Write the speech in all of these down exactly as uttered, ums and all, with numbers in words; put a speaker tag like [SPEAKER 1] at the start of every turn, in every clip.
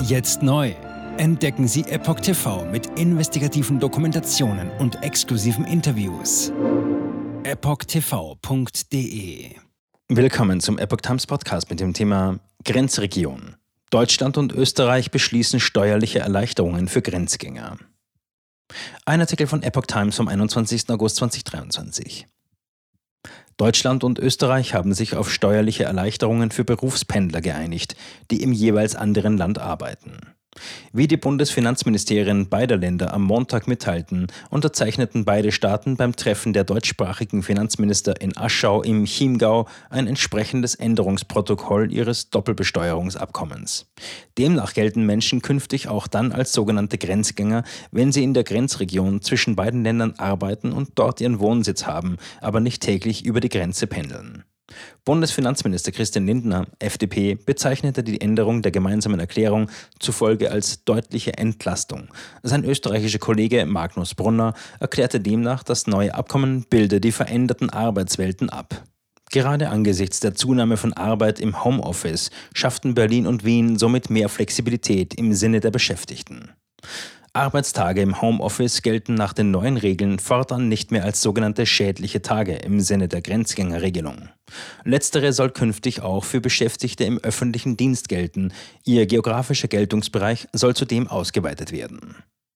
[SPEAKER 1] Jetzt neu. Entdecken Sie Epoch T V mit investigativen Dokumentationen und exklusiven Interviews. epoch t v punkt d e.
[SPEAKER 2] Willkommen zum Epoch Times Podcast mit dem Thema Grenzregion. Deutschland und Österreich beschließen steuerliche Erleichterungen für Grenzgänger. Ein Artikel von Epoch Times vom einundzwanzigsten August zweitausenddreiundzwanzig. Deutschland und Österreich haben sich auf steuerliche Erleichterungen für Berufspendler geeinigt, die im jeweils anderen Land arbeiten. Wie die Bundesfinanzministerien beider Länder am Montag mitteilten, unterzeichneten beide Staaten beim Treffen der deutschsprachigen Finanzminister in Aschau im Chiemgau ein entsprechendes Änderungsprotokoll ihres Doppelbesteuerungsabkommens. Demnach gelten Menschen künftig auch dann als sogenannte Grenzgänger, wenn sie in der Grenzregion zwischen beiden Ländern arbeiten und dort ihren Wohnsitz haben, aber nicht täglich über die Grenze pendeln. Bundesfinanzminister Christian Lindner, F D P, bezeichnete die Änderung der gemeinsamen Erklärung zufolge als deutliche Entlastung. Sein österreichischer Kollege Magnus Brunner erklärte demnach, das neue Abkommen bilde die veränderten Arbeitswelten ab. Gerade angesichts der Zunahme von Arbeit im Homeoffice schafften Berlin und Wien somit mehr Flexibilität im Sinne der Beschäftigten. Arbeitstage im Homeoffice gelten nach den neuen Regeln fortan nicht mehr als sogenannte schädliche Tage im Sinne der Grenzgängerregelung. Letztere soll künftig auch für Beschäftigte im öffentlichen Dienst gelten. Ihr geografischer Geltungsbereich soll zudem ausgeweitet werden.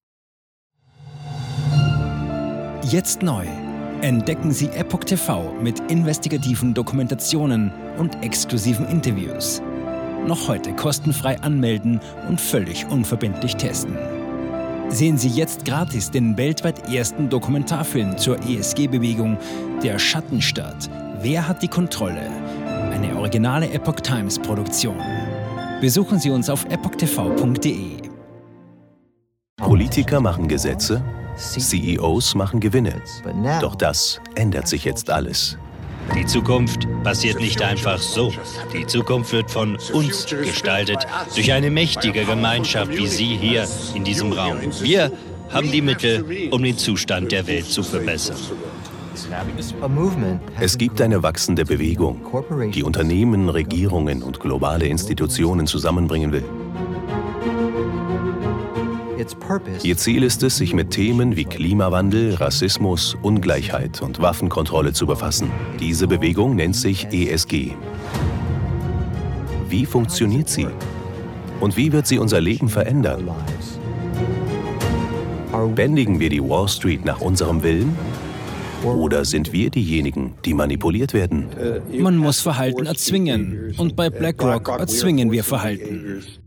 [SPEAKER 1] Jetzt neu. Entdecken Sie Epoch T V mit investigativen Dokumentationen und exklusiven Interviews. Noch heute kostenfrei anmelden und völlig unverbindlich testen. Sehen Sie jetzt gratis den weltweit ersten Dokumentarfilm zur E S G-Bewegung Der Schattenstaat. Wer hat die Kontrolle? Eine originale Epoch Times Produktion. Besuchen Sie uns auf epoch t v punkt d e.
[SPEAKER 3] Politiker machen Gesetze, C E Os machen Gewinne. Doch das ändert sich jetzt alles.
[SPEAKER 4] Die Zukunft passiert nicht einfach so. Die Zukunft wird von uns gestaltet, durch eine mächtige Gemeinschaft wie Sie hier in diesem Raum. Wir haben die Mittel, um den Zustand der Welt zu verbessern.
[SPEAKER 3] Es gibt eine wachsende Bewegung, die Unternehmen, Regierungen und globale Institutionen zusammenbringen will. Ihr Ziel ist es, sich mit Themen wie Klimawandel, Rassismus, Ungleichheit und Waffenkontrolle zu befassen. Diese Bewegung nennt sich E S G. Wie funktioniert sie? Und wie wird sie unser Leben verändern? Bändigen wir die Wall Street nach unserem Willen? Oder sind wir diejenigen, die manipuliert werden?
[SPEAKER 1] Man muss Verhalten erzwingen. Und bei BlackRock erzwingen wir Verhalten.